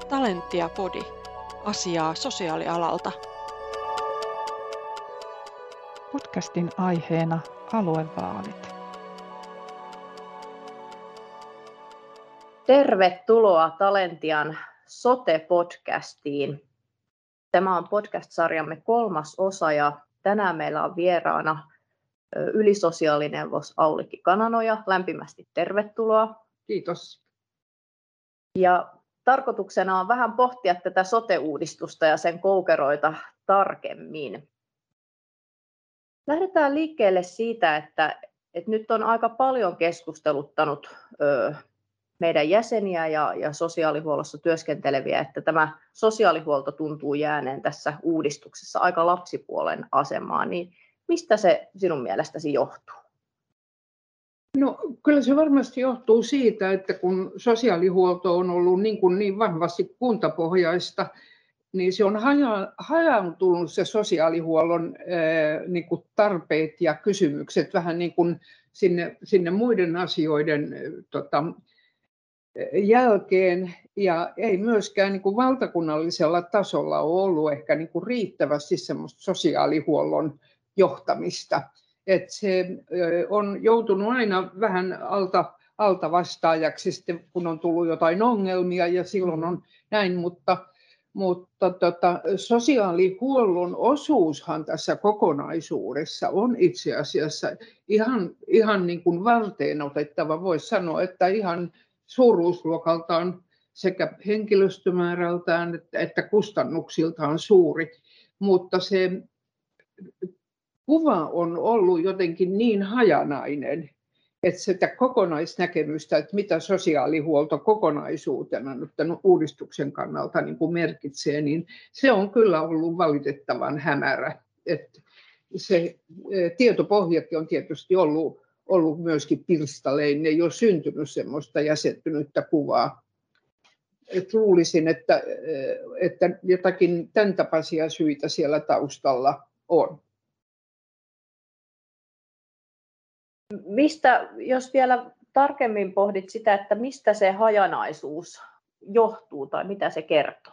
Talentia Podi. Asiaa sosiaalialalta. Podcastin aiheena aluevaalit. Tervetuloa Talentian Sote-podcastiin. Tämä on podcast-sarjamme 3. osa ja tänään meillä on vieraana ylisosiaalineuvos Aulikki Kananoja. Lämpimästi tervetuloa. Kiitos. Ja tarkoituksena on vähän pohtia tätä sote-uudistusta ja sen koukeroita tarkemmin. Lähdetään liikkeelle siitä, että nyt on aika paljon keskusteluttanut meidän jäseniä ja sosiaalihuollossa työskenteleviä, että tämä sosiaalihuolto tuntuu jääneen tässä uudistuksessa aika lapsipuolen asemaan. Niin mistä se sinun mielestäsi johtuu? No, kyllä se varmasti johtuu siitä, että kun sosiaalihuolto on ollut niin vahvasti kuntapohjaista, niin se on hajaantunut se sosiaalihuollon tarpeet ja kysymykset vähän niin kuin sinne muiden asioiden jälkeen. Ja ei myöskään niin kuin valtakunnallisella tasolla ole ollut ehkä niin kuin riittävästi semmoista sosiaalihuollon johtamista. Että se on joutunut aina vähän alta vastaajaksi sitten, kun on tullut jotain ongelmia ja silloin on näin, mutta sosiaalihuollon osuushan tässä kokonaisuudessa on itse asiassa ihan niin kuin varteenotettava. Voisi sanoa, että ihan suuruusluokaltaan sekä henkilöstömäärältään että kustannuksiltaan suuri, mutta se kuva on ollut jotenkin niin hajanainen, että sitä kokonaisnäkemystä, että mitä sosiaalihuolto kokonaisuutena nyt tämän uudistuksen kannalta niin kuin merkitsee, niin se on kyllä ollut valitettavan hämärä. Että se tietopohjakin on tietysti ollut myöskin pirstaleinen, ei ole syntynyt semmoista jäsettynyttä kuvaa. Et luulisin, että jotakin tämän tapaisia syitä siellä taustalla on. Mistä, jos vielä tarkemmin pohdit sitä, että mistä se hajanaisuus johtuu tai mitä se kertoo?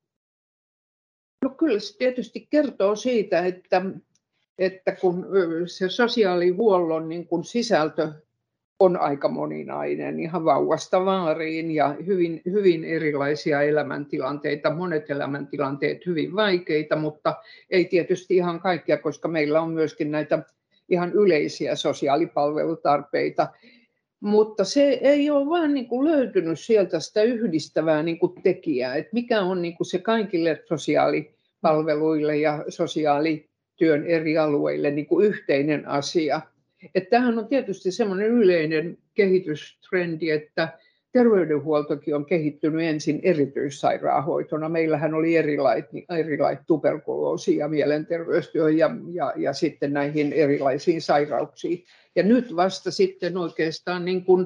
No kyllä se tietysti kertoo siitä, että kun se sosiaalihuollon niin kun sisältö on aika moninainen, ihan vauvasta vaariin ja hyvin erilaisia elämäntilanteita, monet elämäntilanteet hyvin vaikeita, mutta ei tietysti ihan kaikkia, koska meillä on myöskin näitä ihan yleisiä sosiaalipalvelutarpeita, mutta se ei ole vaan niin kuin löytynyt sieltä sitä yhdistävää niin kuin tekijää, että mikä on niin kuin se kaikille sosiaalipalveluille ja sosiaalityön eri alueille niin kuin yhteinen asia. Että tämähän on tietysti semmoinen yleinen kehitystrendi, että terveydenhuoltokin on kehittynyt ensin erityissairaanhoitona. Meillähän oli erilaisia tuberkuloosi ja mielenterveystyö ja sitten näihin erilaisiin sairauksiin. Ja nyt vasta sitten oikeastaan niin kuin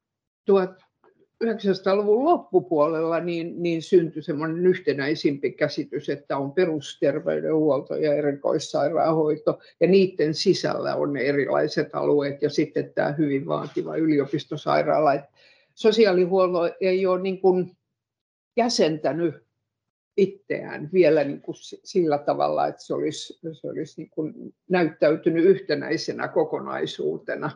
1900-luvun loppupuolella niin syntyi semmoinen yhtenäisimpi käsitys, että on perusterveydenhuolto ja erikoissairaanhoito ja niiden sisällä on ne erilaiset alueet ja sitten tämä hyvin vaativa yliopistosairaala. Sosiaalihuolto ei ole niin kuin jäsentänyt itseään vielä niin kuin sillä tavalla, että se olisi niin kuin näyttäytynyt yhtenäisenä kokonaisuutena.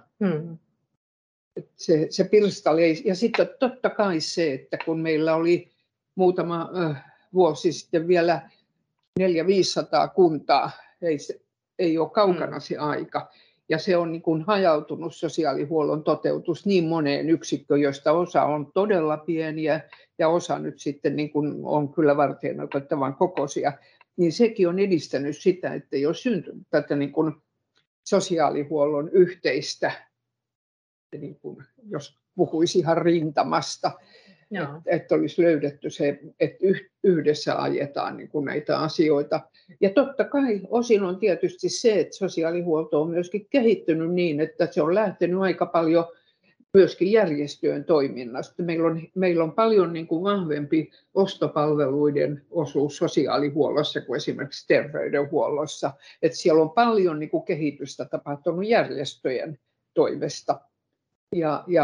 Se pirstaleisi. Ja sitten totta kai se, että kun meillä oli muutama vuosi sitten vielä 400-500 kuntaa, ei ole kaukana se aika. Ja se on niin kuin hajautunut sosiaalihuollon toteutus niin moneen yksikköön, joista osa on todella pieniä ja osa nyt sitten niin kuin on kyllä varteenotettavan kokoisia. Niin sekin on edistänyt sitä, että ei ole syntynyt tätä niin kuin sosiaalihuollon yhteistä, niin kuin jos puhuisi ihan rintamasta, että olisi löydetty se, että yhdessä ajetaan niin kuin näitä asioita. Ja totta kai osin on tietysti se, että sosiaalihuolto on myöskin kehittynyt niin, että se on lähtenyt aika paljon myöskin järjestöjen toiminnasta. Meillä on paljon niin kuin vahvempi ostopalveluiden osuus sosiaalihuollossa kuin esimerkiksi terveydenhuollossa. Että siellä on paljon niin kuin kehitystä tapahtunut järjestöjen toimesta. Ja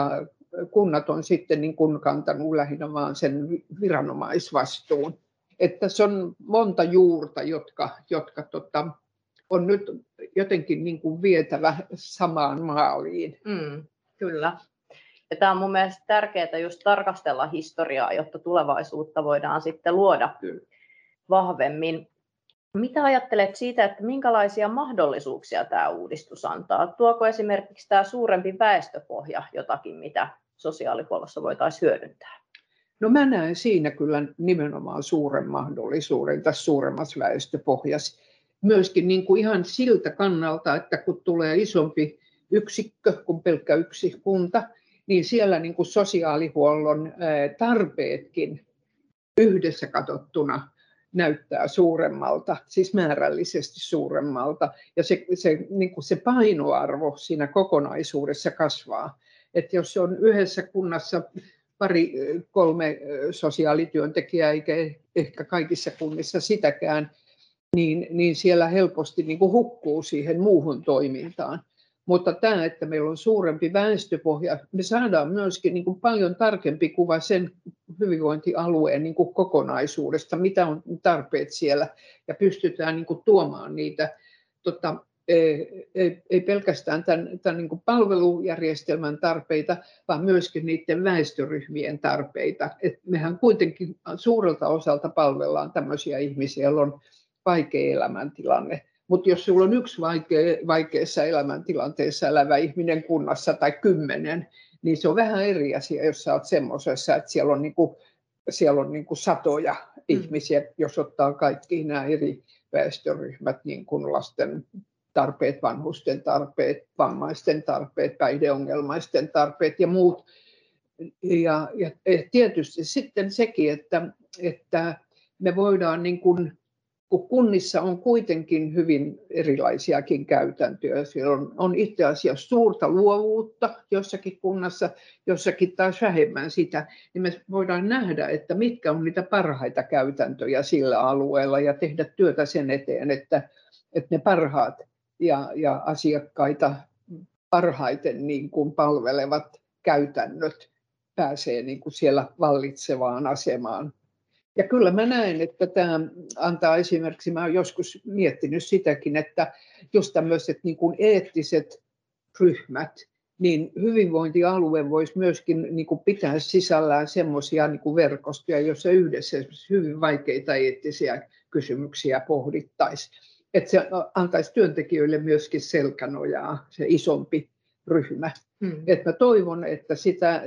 kunnat on sitten niin kuin kantanut lähinnä vaan sen viranomaisvastuun. Että se on monta juurta, jotka on nyt jotenkin niin kuin vietävä samaan maaliin. Kyllä. Ja tämä on mun mielestä tärkeää just tarkastella historiaa, jotta tulevaisuutta voidaan sitten luoda vahvemmin. Mitä ajattelet siitä, että minkälaisia mahdollisuuksia tämä uudistus antaa? Tuoko esimerkiksi tämä suurempi väestöpohja jotakin, mitä sosiaalihuollossa voitaisiin hyödyntää? No mä näen siinä kyllä nimenomaan suuren mahdollisuuden tässä suuremmassa väestöpohjassa. Myöskin niin kuin ihan siltä kannalta, että kun tulee isompi yksikkö kuin pelkkä yksi kunta, niin siellä niin kuin sosiaalihuollon tarpeetkin yhdessä katsottuna näyttää suuremmalta, siis määrällisesti suuremmalta. Ja niin kuin se painoarvo siinä kokonaisuudessa kasvaa. Että jos on yhdessä kunnassa 2-3 sosiaalityöntekijää, eikä ehkä kaikissa kunnissa sitäkään, niin siellä helposti niin kuin hukkuu siihen muuhun toimintaan. Mutta tämä, että meillä on suurempi väestöpohja, me saadaan myöskin niin kuin paljon tarkempi kuva sen hyvinvointialueen niin kuin kokonaisuudesta, mitä on tarpeet siellä, ja pystytään niin kuin tuomaan niitä ei pelkästään tämän niin kuin palvelujärjestelmän tarpeita, vaan myöskin niiden väestöryhmien tarpeita. Et mehän kuitenkin suurelta osalta palvellaan tämmöisiä ihmisiä, joilla on vaikea elämäntilanne. Mutta jos sinulla on yksi vaikeassa elämäntilanteessa elävä ihminen kunnassa tai 10, niin se on vähän eri asia, jos sä oot semmoisessa, että siellä on niinku satoja ihmisiä, jos ottaa kaikki nämä eri väestöryhmät, niin kuin lasten tarpeet, vanhusten tarpeet, vammaisten tarpeet, päihdeongelmaisten tarpeet ja muut. Ja tietysti sitten sekin, että me voidaan niin kuin, kun kunnissa on kuitenkin hyvin erilaisiakin käytäntöjä. Siellä on itse asiassa suurta luovuutta jossakin kunnassa, jossakin taas vähemmän sitä. Niin me voidaan nähdä, että mitkä on niitä parhaita käytäntöjä sillä alueella ja tehdä työtä sen eteen, että ne parhaat ja asiakkaita parhaiten niin kuin palvelevat käytännöt pääsee niin kuin siellä vallitsevaan asemaan. Ja kyllä mä näen, että tämä antaa esimerkiksi, mä olen joskus miettinyt sitäkin, että just tämmöiset niin kuin eettiset ryhmät, niin hyvinvointialue voisi myöskin niin kuin pitää sisällään semmoisia niin kuin verkostoja, joissa yhdessä hyvin vaikeita eettisiä kysymyksiä pohdittaisiin. Että se antaisi työntekijöille myöskin selkänojaa, se isompi ryhmä. Että mä toivon, että sitä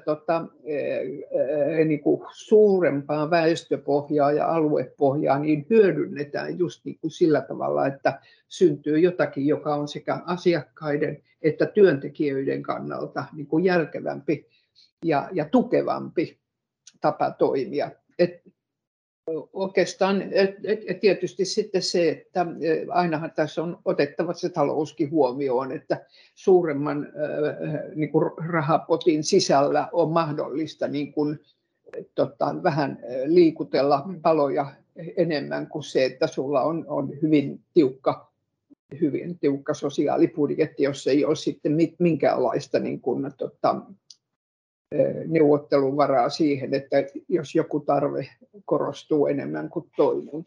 niin kuin suurempaa väestöpohjaa ja aluepohjaa niin hyödynnetään just niin kuin sillä tavalla, että syntyy jotakin, joka on sekä asiakkaiden että työntekijöiden kannalta niin kuin järkevämpi ja tukevampi tapa toimia. Oikeastaan tietysti sitten se, että ainahan tässä on otettava se talouskin huomioon, että suuremman niin kuin rahapotin sisällä on mahdollista niin kuin, vähän liikutella paloja enemmän kuin se, että sulla on hyvin tiukka sosiaalibudjetti, jossa ei ole sitten minkäänlaista niin kuin, neuvotteluvaraa siihen, että jos joku tarve korostuu enemmän kuin toinen.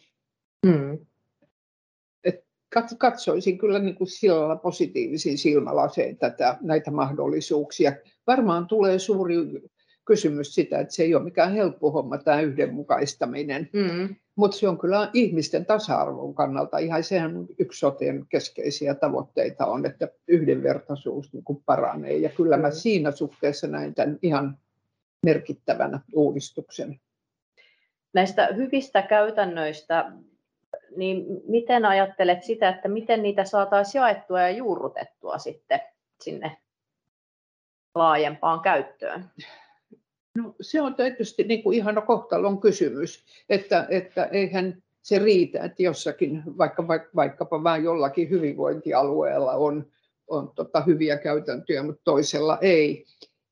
Katsoisin kyllä niin kuin sillä lailla positiivisiin silmälasein näitä mahdollisuuksia. Varmaan tulee suuri kysymys sitä, että se ei ole mikään helppo homma tämä yhdenmukaistaminen, mutta se on kyllä ihmisten tasa-arvon kannalta ihan sehän yksi soten keskeisiä tavoitteita on, että yhdenvertaisuus niin kuin paranee ja kyllä mä siinä suhteessa näen tämän ihan merkittävänä uudistuksen. Näistä hyvistä käytännöistä, niin miten ajattelet sitä, että miten niitä saataisiin jaettua ja juurrutettua sitten sinne laajempaan käyttöön? No, se on tietysti niin kuin ihana kohtalon kysymys, että eihän se riitä, että jossakin vaikkapa vain jollakin hyvinvointialueella on hyviä käytäntöjä, mutta toisella ei.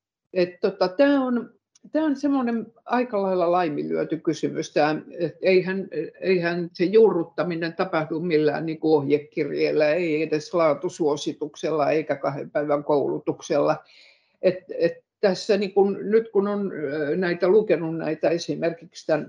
Tämä on semmoinen aika lailla laiminlyöty kysymys. Eihän se juurruttaminen tapahdu millään niin kuin ohjekirjeellä, ei edes laatusuosituksella eikä 2 päivän koulutuksella. tässä niin kun, nyt kun on lukenut näitä esimerkiksi tämän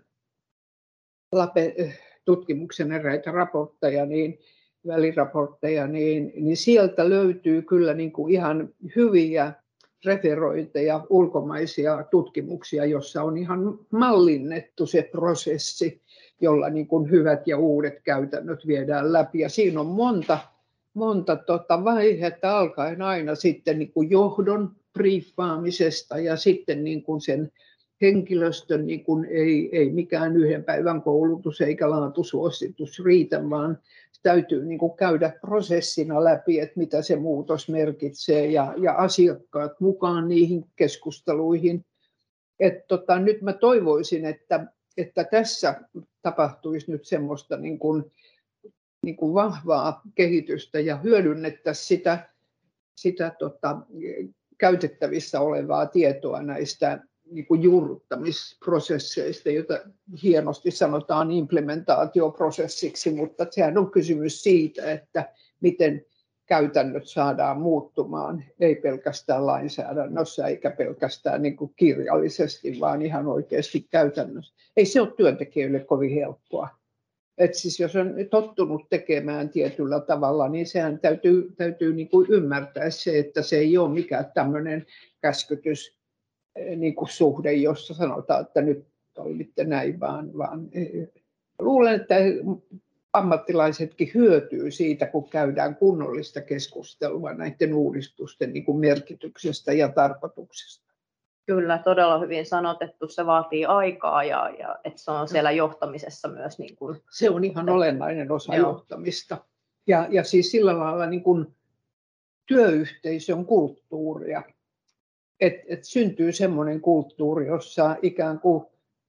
LAPE-tutkimuksen eräitä raportteja, väliraportteja, niin sieltä löytyy kyllä niin kuin ihan hyviä referointeja, ulkomaisia tutkimuksia, jossa on ihan mallinnettu se prosessi, jolla niin kuin hyvät ja uudet käytännöt viedään läpi. Ja siinä on monta vaihetta alkaen aina sitten niin kuin johdon briefaamisesta ja sitten niin kuin sen henkilöstön niin kuin ei mikään yhden päivän koulutus eikä laatusuositus riitä, vaan täytyy niin kuin käydä prosessina läpi, että mitä se muutos merkitsee ja asiakkaat mukaan niihin keskusteluihin. Nyt mä toivoisin, että tässä tapahtuisi nyt semmoista niin kuin vahvaa kehitystä ja hyödynnettäisiin sitä käytettävissä olevaa tietoa näistä niin kuin juurruttamisprosesseista, joita hienosti sanotaan implementaatioprosessiksi, mutta sehän on kysymys siitä, että miten käytännöt saadaan muuttumaan, ei pelkästään lainsäädännössä eikä pelkästään niin kuin kirjallisesti, vaan ihan oikeasti käytännössä. Ei se ole työntekijöille kovin helppoa. Et siis jos on tottunut tekemään tietyllä tavalla, niin sehän täytyy niin kuin ymmärtää se, että se ei ole mikään tämmöinen käskytys niin kuin suhde, jossa sanotaan, että nyt toimitte näin, vaan luulen, että ammattilaisetkin hyötyy siitä, kun käydään kunnollista keskustelua näiden uudistusten niin kuin merkityksestä ja tarkoituksesta. Kyllä, todella hyvin sanotettu. Se vaatii aikaa ja että se on siellä johtamisessa myös. Niin kuin... Se on ihan olennainen osa johtamista. Ja siis sillä lailla niin kuin työyhteisön kulttuuria. Että syntyy semmoinen kulttuuri, jossa ikään kuin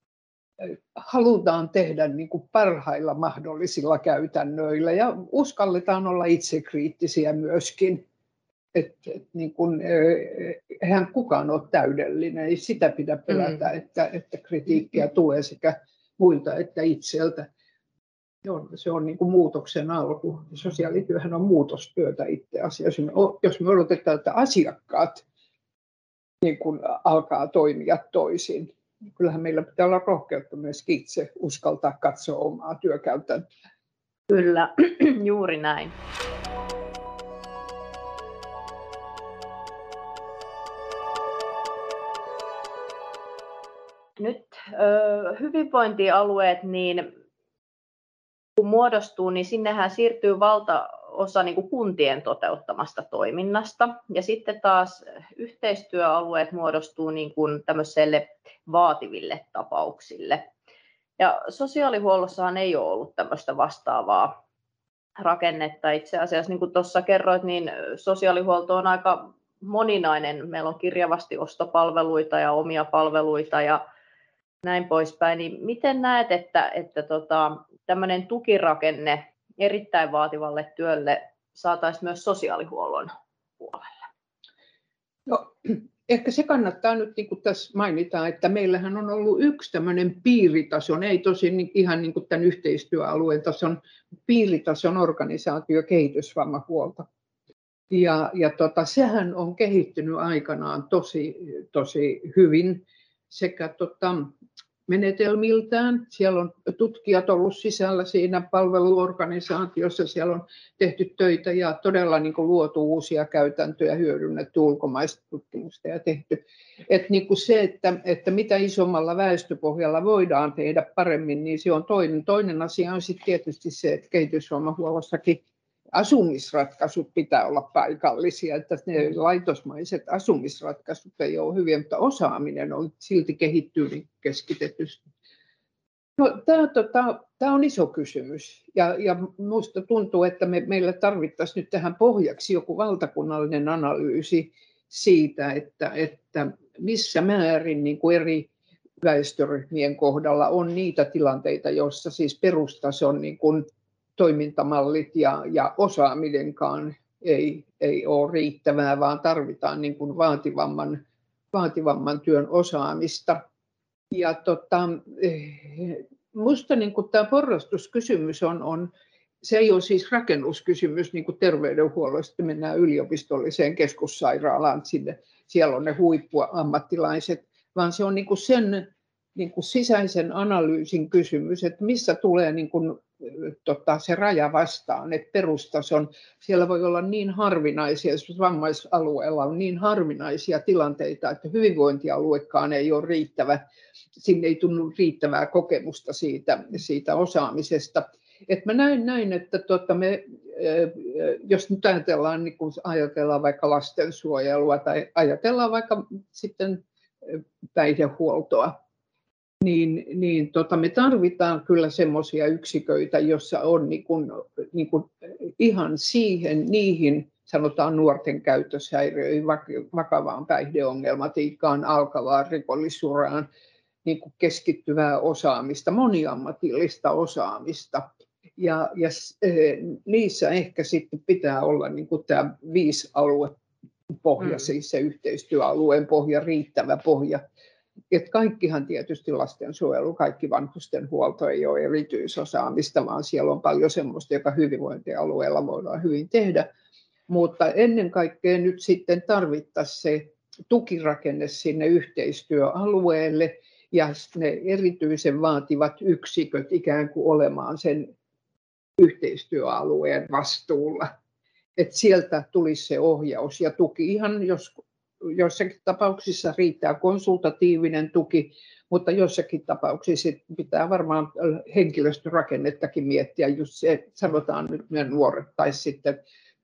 halutaan tehdä niin kuin parhailla mahdollisilla käytännöillä ja uskalletaan olla itsekriittisiä myöskin. Niin kuin, eihän kukaan ole täydellinen, ei sitä pidä pelätä, että kritiikkiä tulee sekä muilta että itseltä. Se on niin kuin muutoksen alku. Sosiaalityöhän on muutostyötä itse asiassa. Jos me odotetaan, että asiakkaat niin kuin alkaa toimia toisin, niin kyllähän meillä pitää olla rohkeutta myös itse uskaltaa katsoa omaa työkäytäntöä. Kyllä, juuri näin. Nyt hyvinvointialueet, niin kun muodostuu, niin sinnehän siirtyy valtaosa niin kuin kuntien toteuttamasta toiminnasta. Ja sitten taas yhteistyöalueet muodostuu niin kuin tämmöiselle vaativille tapauksille. Ja sosiaalihuollossahan ei ole ollut tämmöistä vastaavaa rakennetta. Itse asiassa, niin kuin tuossa kerroit, niin sosiaalihuolto on aika moninainen. Meillä on kirjavasti ostopalveluita ja omia palveluita ja näin poispäin. Niin miten näet, että tämmöinen tukirakenne erittäin vaativalle työlle saataisiin myös sosiaalihuollon puolelle? No, ehkä se kannattaa nyt niin kuin tässä mainita, että meillähän on ollut yksi tämmöinen piiritason, ei tosin ihan niin kuin tämän yhteistyöalueen tason, piiritason organisaatio kehitysvammahuolto. Ja sehän on kehittynyt aikanaan tosi hyvin sekä menetelmiltään. Siellä on tutkijat ollut sisällä siinä palveluorganisaatiossa, siellä on tehty töitä ja todella niin kuin luotu uusia käytäntöjä, hyödynnetty ulkomaista tutkimusta ja tehty. Niin kuin se, että mitä isommalla väestöpohjalla voidaan tehdä paremmin, niin se on toinen. Toinen asia on sitten tietysti se, että kehitysvammahuollossakin asumisratkaisut pitää olla paikallisia, että ne laitosmaiset asumisratkaisut ei ole hyviä, mutta osaaminen on silti kehittyy niin keskitetysti. No, tämä on iso kysymys ja minusta tuntuu, että meillä tarvittaisiin nyt tähän pohjaksi joku valtakunnallinen analyysi siitä, että missä määrin niin kuin eri väestöryhmien kohdalla on niitä tilanteita, joissa siis perustason niin kuin toimintamallit ja osaaminenkaan ei ole riittävää, vaan tarvitaan niin kuin vaativamman työn osaamista. Ja minusta niin kuin tämä porrastuskysymys on se ei ole siis rakennuskysymys niin kuin terveydenhuollosta, mennään yliopistolliseen keskussairaalaan, siellä on ne huippuammattilaiset, vaan se on niin kuin sen niin kuin sisäisen analyysin kysymys, että missä tulee niin kuin, se raja vastaan, että perustason, siellä voi olla niin harvinaisia, esimerkiksi vammaisalueella on niin harvinaisia tilanteita, että hyvinvointialuekaan ei ole riittävä, sinne ei tunnu riittävää kokemusta siitä osaamisesta. Et mä näin, että jos nyt ajatellaan, niin kun ajatellaan vaikka lastensuojelua tai ajatellaan vaikka sitten päihdehuoltoa, niin me tarvitaan kyllä semmoisia yksiköitä, joissa on niin kun ihan niihin sanotaan nuorten käytöshäiriöihin, vakavaan päihdeongelmatiikkaan, alkavaan rikollisuraan, niin kuin keskittyvää osaamista, moniammatillista osaamista. Ja niissä ehkä sitten pitää olla niin kuin tämä 5 aluepohja, siis se yhteistyöalueen pohja, riittävä pohja. Et kaikkihan tietysti lastensuojelu, kaikki vanhustenhuolto ei ole erityisosaamista, vaan siellä on paljon semmoista, joka hyvinvointialueella voidaan hyvin tehdä. Mutta ennen kaikkea nyt sitten tarvittaisiin se tukirakenne sinne yhteistyöalueelle ja ne erityisen vaativat yksiköt ikään kuin olemaan sen yhteistyöalueen vastuulla. Että sieltä tulisi se ohjaus ja tuki. Ihan jossakin tapauksissa riittää konsultatiivinen tuki, mutta jossakin tapauksissa pitää varmaan henkilöstörakennettakin miettiä, just se, sanotaan nyt ne nuoret tai sitten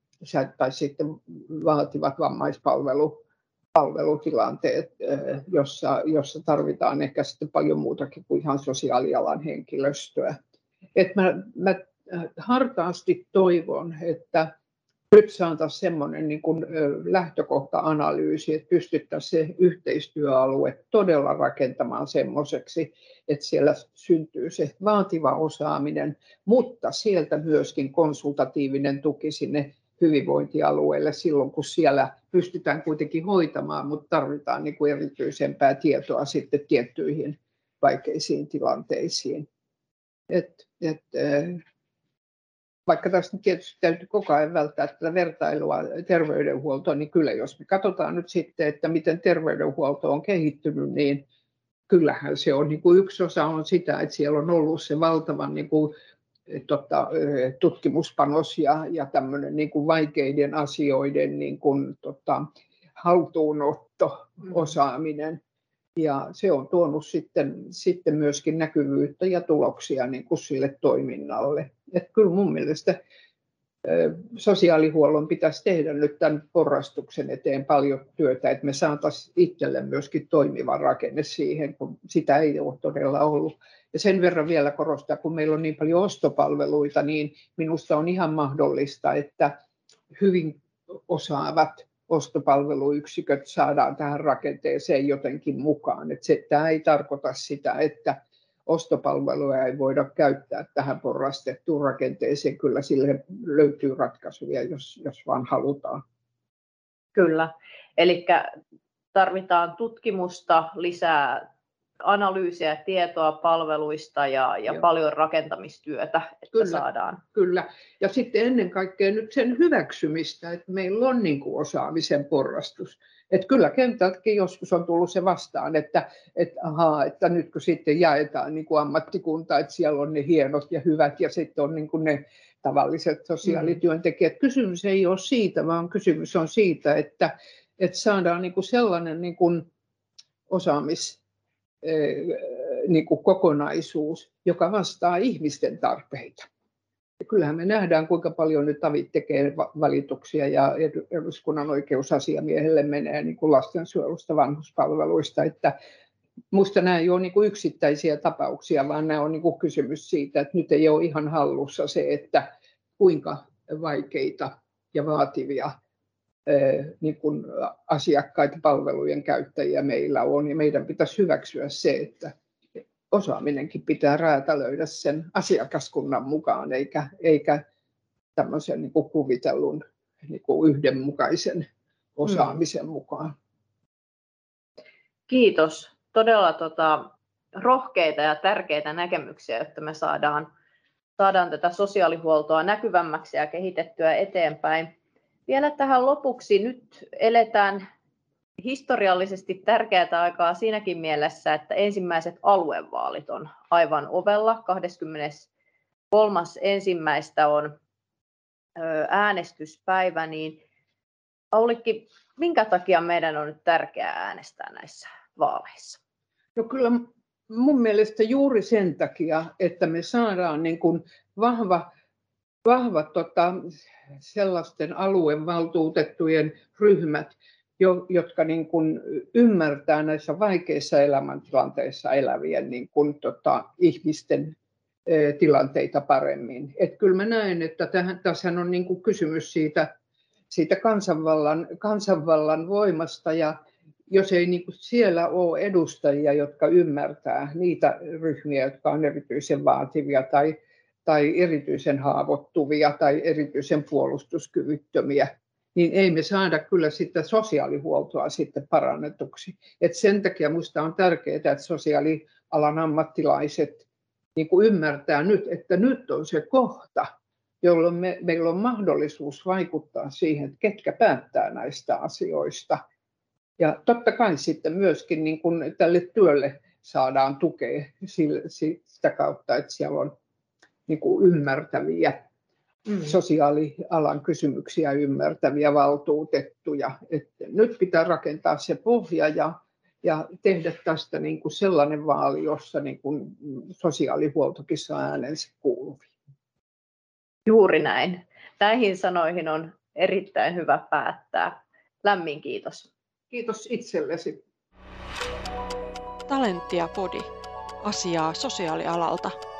vaativat vammaispalvelutilanteet, jossa tarvitaan ehkä sitten paljon muutakin kuin ihan sosiaalialan henkilöstöä. Mä hartaasti toivon, että nyt saataisiin semmoinen niin kuin lähtökohta-analyysi, että pystyttäisiin se yhteistyöalue todella rakentamaan semmoiseksi, että siellä syntyy se vaativa osaaminen, mutta sieltä myöskin konsultatiivinen tuki sinne hyvinvointialueelle silloin, kun siellä pystytään kuitenkin hoitamaan, mutta tarvitaan niin kuin erityisempää tietoa sitten tiettyihin vaikeisiin tilanteisiin. Vaikka tässä tietysti täytyy koko ajan välttää tätä vertailua terveydenhuoltoon, niin kyllä jos me katsotaan nyt sitten, että miten terveydenhuolto on kehittynyt, niin kyllähän se on niin kuin yksi osa on sitä, että siellä on ollut se valtavan niin kuin, tutkimuspanos ja tämmöinen niin kuin vaikeiden asioiden niin kuin, haltuunotto, osaaminen. Ja se on tuonut sitten myöskin näkyvyyttä ja tuloksia niin kuin sille toiminnalle. Että kyllä mun mielestä sosiaalihuollon pitäisi tehdä nyt tämän porrastuksen eteen paljon työtä, että me saataisiin itselle myöskin toimiva rakenne siihen, kun sitä ei ole todella ollut. Ja sen verran vielä korostaa, kun meillä on niin paljon ostopalveluita, niin minusta on ihan mahdollista, että hyvin osaavat ostopalveluyksiköt saadaan tähän rakenteeseen jotenkin mukaan. Tämä ei tarkoita sitä, että ostopalveluja ei voida käyttää tähän porrastettuun rakenteeseen. Kyllä sille löytyy ratkaisuja, jos vaan halutaan. Kyllä. Eli tarvitaan tutkimusta, lisää analyysiä ja tietoa palveluista ja paljon rakentamistyötä, että kyllä, saadaan. Kyllä. Ja sitten ennen kaikkea nyt sen hyväksymistä, että meillä on niin kuin osaamisen porrastus. Että kyllä kentältäkin joskus on tullut se vastaan, että nyt kun sitten jaetaan niin kuin ammattikunta, että siellä on ne hienot ja hyvät ja sitten on niin kuin ne tavalliset sosiaalityöntekijät. Kysymys ei ole siitä, vaan kysymys on siitä, että saadaan niin kuin sellainen niin kuin niin kuin kokonaisuus, joka vastaa ihmisten tarpeita. Ja kyllähän me nähdään, kuinka paljon nyt avit tekee valituksia ja eduskunnan oikeusasiamiehelle menee niin kuin lastensuojelusta, vanhuspalveluista. Että minusta nämä ei ole niin kuin yksittäisiä tapauksia, vaan nämä on niin kuin kysymys siitä, että nyt ei ole ihan hallussa se, että kuinka vaikeita ja vaativia niin kuin asiakkaita, palvelujen käyttäjiä meillä on, ja meidän pitäisi hyväksyä se, että osaaminenkin pitää räätälöidä sen asiakaskunnan mukaan, eikä tämmöisen niin kuin kuvitellun niin kuin yhdenmukaisen osaamisen mukaan. Kiitos. Todella rohkeita ja tärkeitä näkemyksiä, että me saadaan saadaan tätä sosiaalihuoltoa näkyvämmäksi ja kehitettyä eteenpäin. Vielä tähän lopuksi nyt eletään historiallisesti tärkeää aikaa siinäkin mielessä, että ensimmäiset aluevaalit on aivan ovella. 23.1. on äänestyspäivä, niin Aulikki, minkä takia meidän on nyt tärkeää äänestää näissä vaaleissa? No kyllä mun mielestä juuri sen takia, että me saadaan niin kuin vahva sellaisten aluevaltuutettujen ryhmät, jotka niin kuin ymmärtää näissä vaikeissa elämäntilanteissa elävien niin kuin ihmisten tilanteita paremmin. Et kyllä mä näen, että tässä on niin kuin kysymys siitä kansanvallan voimasta, ja jos ei niin kuin siellä ole edustajia, jotka ymmärtää niitä ryhmiä, jotka on erityisen vaativia tai erityisen haavoittuvia tai erityisen puolustuskyvyttömiä, niin ei me saada kyllä sitä sosiaalihuoltoa sitten parannetuksi. Et sen takia minusta on tärkeää, että sosiaalialan ammattilaiset niin kuin ymmärtää nyt, että nyt on se kohta, jolloin meillä on mahdollisuus vaikuttaa siihen, että ketkä päättää näistä asioista. Ja totta kai sitten myöskin niin kuin tälle työlle saadaan tukea sitä kautta, että siellä on niin kuin ymmärtäviä sosiaalialan kysymyksiä ymmärtäviä valtuutettuja. Että nyt pitää rakentaa se pohja ja tehdä tästä niin kuin sellainen vaali, jossa niin kuin sosiaalihuoltokin saa äänensä kuuluviin. Juuri näin. Näihin sanoihin on erittäin hyvä päättää. Lämmin kiitos. Kiitos itsellesi. Talentia Podi. Asiaa sosiaalialalta.